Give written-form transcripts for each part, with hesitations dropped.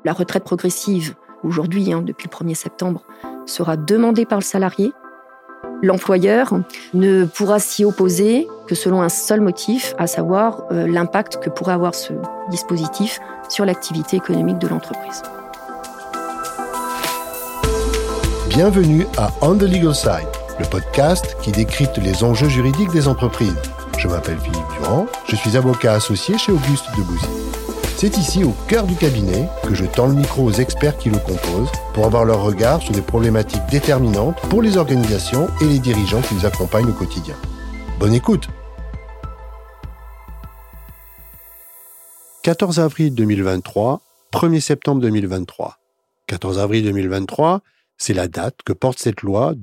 La retraite progressive, aujourd'hui, depuis le 1er septembre, sera demandée par le salarié. L'employeur ne pourra s'y opposer que selon un seul motif, à savoir l'impact que pourrait avoir ce dispositif sur l'activité économique de l'entreprise. Bienvenue à On the Legal Side, le podcast qui décrypte les enjeux juridiques des entreprises. Je m'appelle Philippe Durand, je suis avocat associé chez Auguste Debouzy. C'est ici, au cœur du cabinet, que je tends le micro aux experts qui le composent pour avoir leur regard sur des problématiques déterminantes pour les organisations et les dirigeants qui nous accompagnent au quotidien. Bonne écoute. 14 avril 2023, 1er septembre 2023. 14 avril 2023, c'est la date que porte cette loi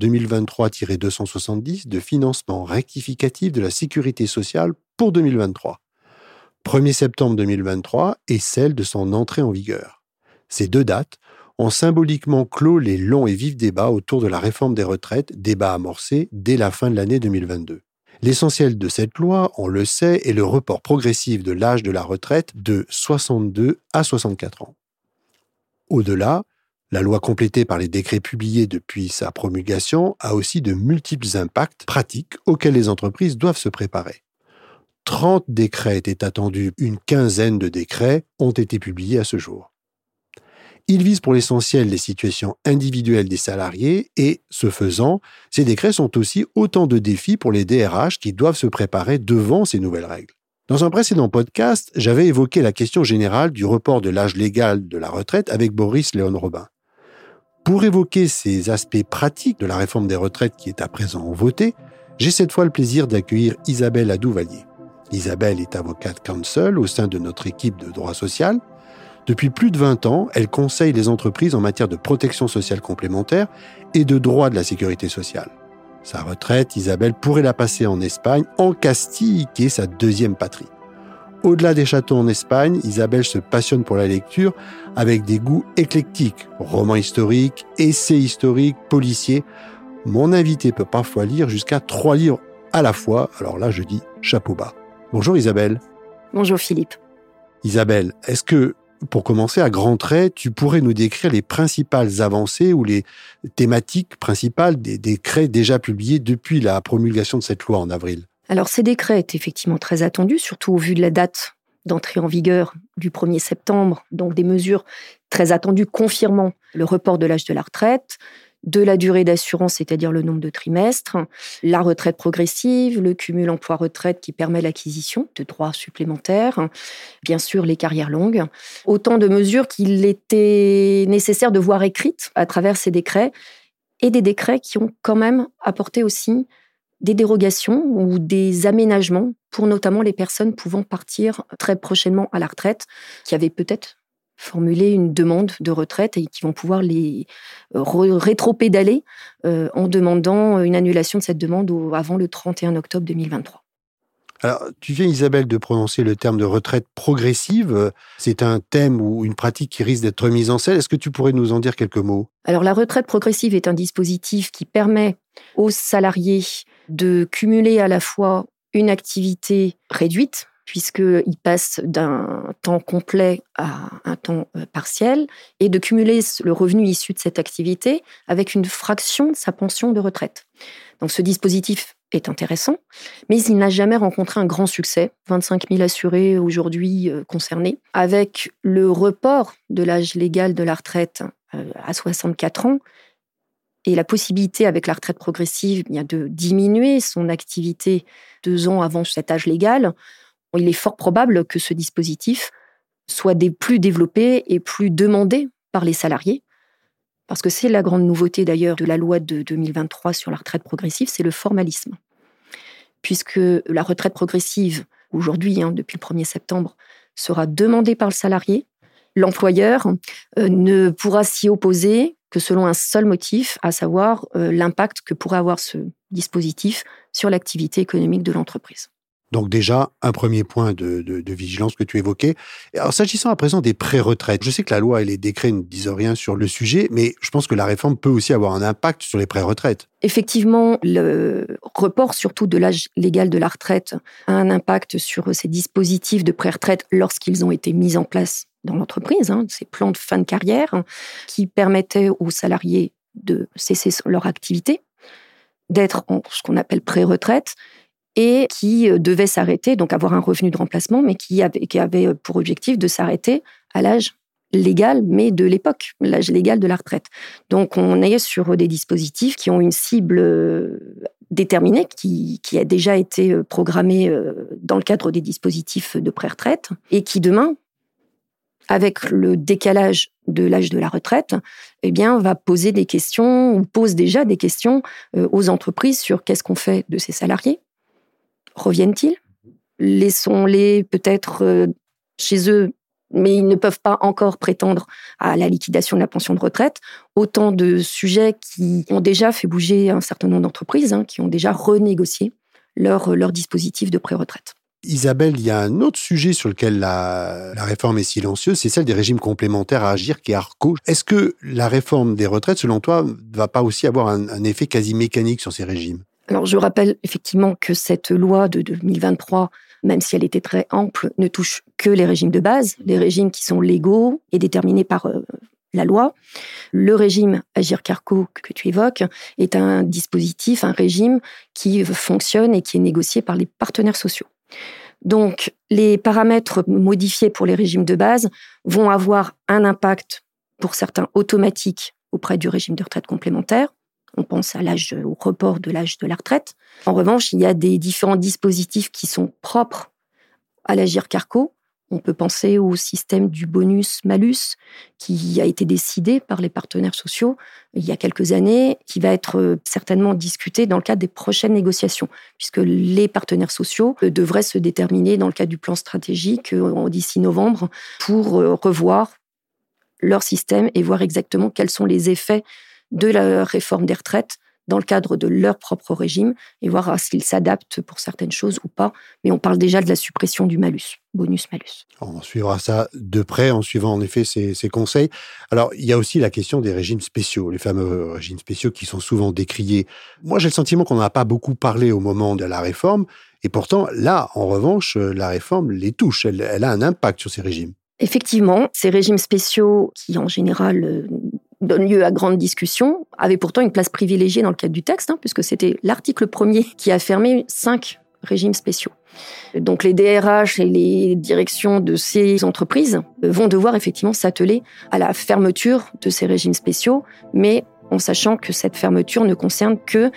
2023-270 de financement rectificatif de la sécurité sociale pour 2023. 1er septembre 2023 est celle de son entrée en vigueur. Ces deux dates ont symboliquement clos les longs et vifs débats autour de la réforme des retraites, débats amorcés dès la fin de l'année 2022. L'essentiel de cette loi, on le sait, est le report progressif de l'âge de la retraite de 62 à 64 ans. Au-delà, la loi complétée par les décrets publiés depuis sa promulgation a aussi de multiples impacts pratiques auxquels les entreprises doivent se préparer. 30 décrets étaient attendus, une quinzaine de décrets ont été publiés à ce jour. Ils visent pour l'essentiel les situations individuelles des salariés et, ce faisant, ces décrets sont aussi autant de défis pour les DRH qui doivent se préparer devant ces nouvelles règles. Dans un précédent podcast, j'avais évoqué la question générale du report de l'âge légal de la retraite avec Boris Léon-Robin. Pour évoquer ces aspects pratiques de la réforme des retraites qui est à présent votée, j'ai cette fois le plaisir d'accueillir Isabelle Adouvalier. Isabelle est avocate counsel au sein de notre équipe de droit social. Depuis plus de 20 ans, elle conseille les entreprises en matière de protection sociale complémentaire et de droit de la sécurité sociale. Sa retraite, Isabelle pourrait la passer en Espagne, en Castille, qui est sa deuxième patrie. Au-delà des châteaux en Espagne, Isabelle se passionne pour la lecture avec des goûts éclectiques, romans historiques, essais historiques, policiers. Mon invité peut parfois lire jusqu'à 3 livres à la fois, alors là je dis chapeau bas. Bonjour Isabelle. Bonjour Philippe. Isabelle, est-ce que, pour commencer à grands traits, tu pourrais nous décrire les principales avancées ou les thématiques principales des décrets déjà publiés depuis la promulgation de cette loi en avril ? Alors ces décrets étaient effectivement très attendus, surtout au vu de la date d'entrée en vigueur du 1er septembre, donc des mesures très attendues confirmant le report de l'âge de la retraite, de la durée d'assurance, c'est-à-dire le nombre de trimestres, la retraite progressive, le cumul emploi-retraite qui permet l'acquisition de droits supplémentaires, bien sûr les carrières longues. Autant de mesures qu'il était nécessaire de voir écrites à travers ces décrets, et des décrets qui ont quand même apporté aussi des dérogations ou des aménagements pour notamment les personnes pouvant partir très prochainement à la retraite, qui avaient peut-être formulé une demande de retraite et qui vont pouvoir les rétropédaler en demandant une annulation de cette demande avant le 31 octobre 2023. Alors, tu viens, Isabelle, de prononcer le terme de retraite progressive. C'est un thème ou une pratique qui risque d'être mise en scène. Est-ce que tu pourrais nous en dire quelques mots ? Alors, la retraite progressive est un dispositif qui permet aux salariés de cumuler à la fois une activité réduite, puisqu'il passe d'un temps complet à un temps partiel, et de cumuler le revenu issu de cette activité avec une fraction de sa pension de retraite. Donc ce dispositif est intéressant, mais il n'a jamais rencontré un grand succès. 25 000 assurés aujourd'hui concernés. Avec le report de l'âge légal de la retraite à 64 ans, et la possibilité, avec la retraite progressive, de diminuer son activité 2 ans avant cet âge légal, il est fort probable que ce dispositif soit plus développé et plus demandé par les salariés. Parce que c'est la grande nouveauté d'ailleurs de la loi de 2023 sur la retraite progressive, c'est le formalisme. Puisque la retraite progressive, aujourd'hui, depuis le 1er septembre, sera demandée par le salarié, l'employeur ne pourra s'y opposer que selon un seul motif, à savoir l'impact que pourrait avoir ce dispositif sur l'activité économique de l'entreprise. Donc déjà, un premier point de vigilance que tu évoquais. Alors s'agissant à présent des pré-retraites, je sais que la loi et les décrets ne disent rien sur le sujet, mais je pense que la réforme peut aussi avoir un impact sur les pré-retraites. Effectivement, le report surtout de l'âge légal de la retraite a un impact sur ces dispositifs de pré-retraite lorsqu'ils ont été mis en place dans l'entreprise, ces plans de fin de carrière qui permettaient aux salariés de cesser leur activité, d'être en ce qu'on appelle pré-retraite, et qui devait s'arrêter, donc avoir un revenu de remplacement, mais qui avait pour objectif de s'arrêter à l'âge légal, mais de l'époque, l'âge légal de la retraite. Donc on est sur des dispositifs qui ont une cible déterminée, qui a déjà été programmée dans le cadre des dispositifs de pré-retraite, et qui demain, avec le décalage de l'âge de la retraite, va poser des questions, ou pose déjà des questions aux entreprises sur qu'est-ce qu'on fait de ces salariés. Reviennent-ils ? Laissons-les peut-être chez eux, mais ils ne peuvent pas encore prétendre à la liquidation de la pension de retraite. Autant de sujets qui ont déjà fait bouger un certain nombre d'entreprises, qui ont déjà renégocié leur dispositif de pré-retraite. Isabelle, il y a un autre sujet sur lequel la réforme est silencieuse, c'est celle des régimes complémentaires à Agirc et Arco. Est-ce que la réforme des retraites, selon toi, ne va pas aussi avoir un effet quasi mécanique sur ces régimes ? Alors, je rappelle effectivement que cette loi de 2023, même si elle était très ample, ne touche que les régimes de base, les régimes qui sont légaux et déterminés par la loi. Le régime Agirc-Arco que tu évoques est un dispositif, un régime qui fonctionne et qui est négocié par les partenaires sociaux. Donc, les paramètres modifiés pour les régimes de base vont avoir un impact, pour certains automatique, auprès du régime de retraite complémentaire. On pense au report de l'âge de la retraite. En revanche, il y a des différents dispositifs qui sont propres à l'Agirc-Arco. On peut penser au système du bonus-malus qui a été décidé par les partenaires sociaux il y a quelques années, qui va être certainement discuté dans le cadre des prochaines négociations, puisque les partenaires sociaux devraient se déterminer dans le cadre du plan stratégique d'ici novembre pour revoir leur système et voir exactement quels sont les effets de la réforme des retraites dans le cadre de leur propre régime et voir s'ils s'adaptent pour certaines choses ou pas. Mais on parle déjà de la suppression du malus, bonus-malus. On suivra ça de près en suivant en effet ces conseils. Alors, il y a aussi la question des régimes spéciaux, les fameux régimes spéciaux qui sont souvent décriés. Moi, j'ai le sentiment qu'on n'en a pas beaucoup parlé au moment de la réforme. Et pourtant, là, en revanche, la réforme les touche. Elle a un impact sur ces régimes. Effectivement, ces régimes spéciaux qui, en général, donne lieu à grande discussion, avait pourtant une place privilégiée dans le cadre du texte, puisque c'était l'article 1er qui a fermé 5 régimes spéciaux. Donc les DRH et les directions de ces entreprises vont devoir effectivement s'atteler à la fermeture de ces régimes spéciaux, mais en sachant que cette fermeture ne concerne que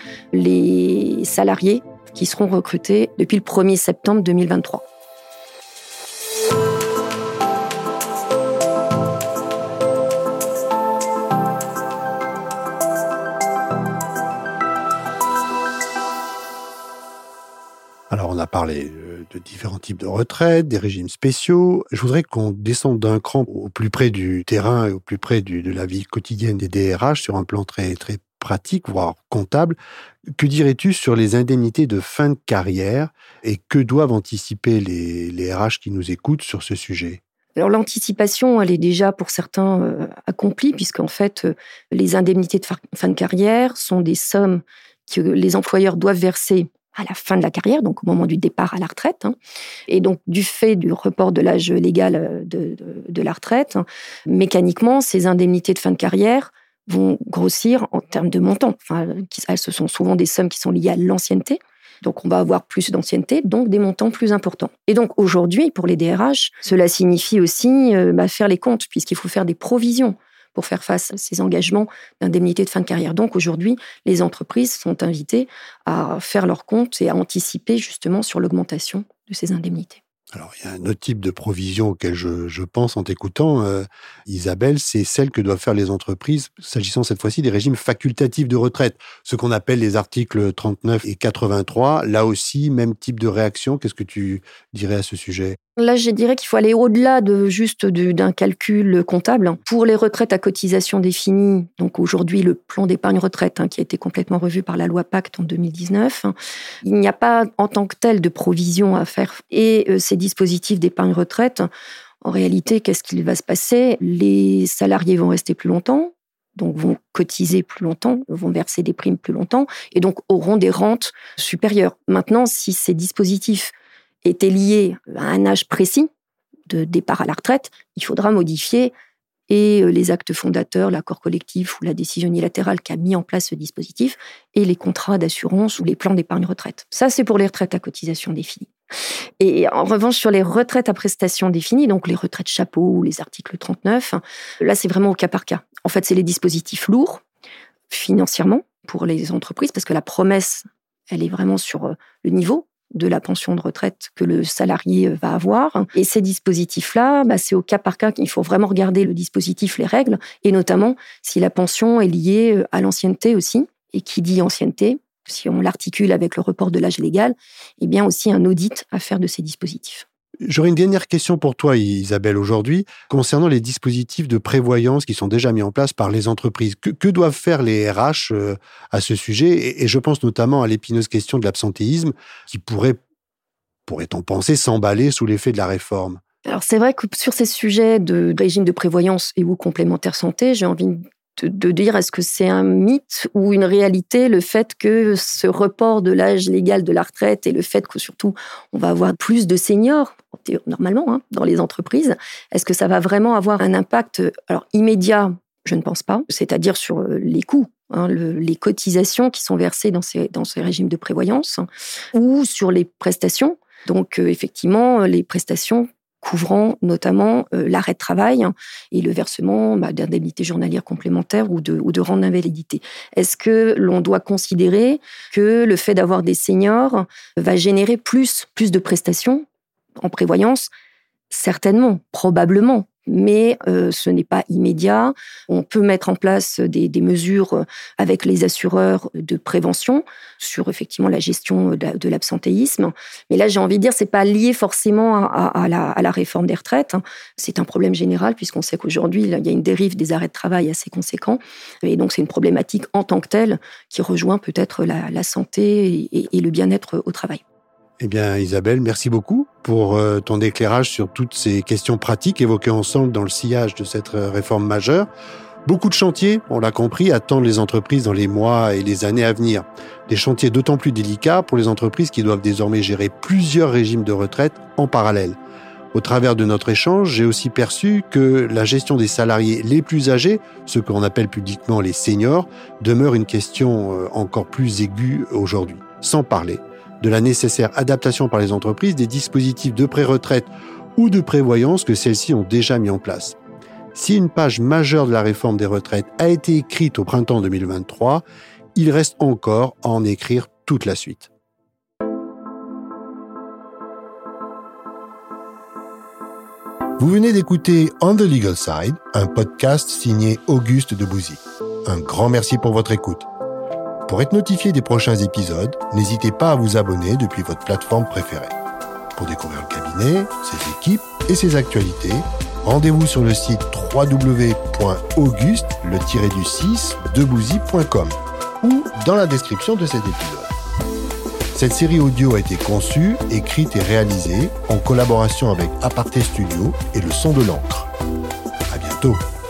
les salariés qui seront recrutés depuis le 1er septembre 2023. Alors, on a parlé de différents types de retraites, des régimes spéciaux. Je voudrais qu'on descende d'un cran au plus près du terrain et au plus près de la vie quotidienne des DRH sur un plan très, très pratique, voire comptable. Que dirais-tu sur les indemnités de fin de carrière et que doivent anticiper les RH qui nous écoutent sur ce sujet ? Alors l'anticipation, elle est déjà pour certains accomplie, puisqu'en fait, les indemnités de fin de carrière sont des sommes que les employeurs doivent verser à la fin de la carrière, donc au moment du départ à la retraite. Et donc, du fait du report de l'âge légal de la retraite, mécaniquement, ces indemnités de fin de carrière vont grossir en termes de montant. Enfin, ce sont souvent des sommes qui sont liées à l'ancienneté. Donc, on va avoir plus d'ancienneté, donc des montants plus importants. Et donc, aujourd'hui, pour les DRH, cela signifie aussi faire les comptes, puisqu'il faut faire des provisions pour faire face à ces engagements d'indemnité de fin de carrière. Donc aujourd'hui, les entreprises sont invitées à faire leurs comptes et à anticiper justement sur l'augmentation de ces indemnités. Alors, il y a un autre type de provision auquel je pense en t'écoutant, Isabelle, c'est celle que doivent faire les entreprises, s'agissant cette fois-ci des régimes facultatifs de retraite, ce qu'on appelle les articles 39 et 83. Là aussi, même type de réaction. Qu'est-ce que tu dirais à ce sujet ? Là, je dirais qu'il faut aller au-delà d'un calcul comptable. Pour les retraites à cotisation définie, donc aujourd'hui le plan d'épargne retraite qui a été complètement revu par la loi Pacte en 2019, il n'y a pas en tant que tel de provision à faire. Et ces dispositifs d'épargne retraite, en réalité, qu'est-ce qu'il va se passer ? Les salariés vont rester plus longtemps, donc vont cotiser plus longtemps, vont verser des primes plus longtemps, et donc auront des rentes supérieures. Maintenant, si ces dispositifs étaient liés à un âge précis de départ à la retraite, il faudra modifier et les actes fondateurs, l'accord collectif ou la décision unilatérale qui a mis en place ce dispositif, et les contrats d'assurance ou les plans d'épargne retraite. Ça, c'est pour les retraites à cotisation définie. Et en revanche, sur les retraites à prestations définies, donc les retraites chapeau ou les articles 39, là, c'est vraiment au cas par cas. En fait, c'est les dispositifs lourds, financièrement, pour les entreprises, parce que la promesse, elle est vraiment sur le niveau de la pension de retraite que le salarié va avoir. Et ces dispositifs-là, c'est au cas par cas qu'il faut vraiment regarder le dispositif, les règles, et notamment si la pension est liée à l'ancienneté aussi. Et qui dit ancienneté, si on l'articule avec le report de l'âge légal, eh bien aussi un audit à faire de ces dispositifs. J'aurais une dernière question pour toi, Isabelle, aujourd'hui, concernant les dispositifs de prévoyance qui sont déjà mis en place par les entreprises. Que doivent faire les RH à ce sujet ? Et je pense notamment à l'épineuse question de l'absentéisme qui pourrait-on penser, s'emballer sous l'effet de la réforme. Alors c'est vrai que sur ces sujets de régime de prévoyance et ou complémentaire santé, j'ai envie de dire, est-ce que c'est un mythe ou une réalité, le fait que ce report de l'âge légal de la retraite et le fait que surtout on va avoir plus de seniors, normalement, dans les entreprises, est-ce que ça va vraiment avoir un impact immédiat ? Je ne pense pas, c'est-à-dire sur les coûts, les cotisations qui sont versées dans ces régimes de prévoyance, ou sur les prestations. Donc effectivement, les prestations couvrant notamment l'arrêt de travail et le versement d'indemnités journalières complémentaires ou de rente d'invalidité. Est-ce que l'on doit considérer que le fait d'avoir des seniors va générer plus de prestations en prévoyance ? Certainement, probablement. Mais ce n'est pas immédiat. On peut mettre en place des mesures avec les assureurs de prévention sur effectivement la gestion de l'absentéisme. Mais là, j'ai envie de dire, c'est pas lié forcément à la réforme des retraites. C'est un problème général puisqu'on sait qu'aujourd'hui, il y a une dérive des arrêts de travail assez conséquents. Et donc, c'est une problématique en tant que telle qui rejoint peut-être la santé et le bien-être au travail. Eh bien, Isabelle, merci beaucoup pour ton éclairage sur toutes ces questions pratiques évoquées ensemble dans le sillage de cette réforme majeure. Beaucoup de chantiers, on l'a compris, attendent les entreprises dans les mois et les années à venir. Des chantiers d'autant plus délicats pour les entreprises qui doivent désormais gérer plusieurs régimes de retraite en parallèle. Au travers de notre échange, j'ai aussi perçu que la gestion des salariés les plus âgés, ceux qu'on appelle pudiquement les seniors, demeure une question encore plus aiguë aujourd'hui. Sans parler de la nécessaire adaptation par les entreprises des dispositifs de pré-retraite ou de prévoyance que celles-ci ont déjà mis en place. Si une page majeure de la réforme des retraites a été écrite au printemps 2023, il reste encore à en écrire toute la suite. Vous venez d'écouter On the Legal Side, un podcast signé Auguste Debouzy. Un grand merci pour votre écoute. Pour être notifié des prochains épisodes, n'hésitez pas à vous abonner depuis votre plateforme préférée. Pour découvrir le cabinet, ses équipes et ses actualités, rendez-vous sur le site www.auguste-debouzy.com ou dans la description de cet épisode. Cette série audio a été conçue, écrite et réalisée en collaboration avec Aparté Studio et Le Son de l'encre. À bientôt.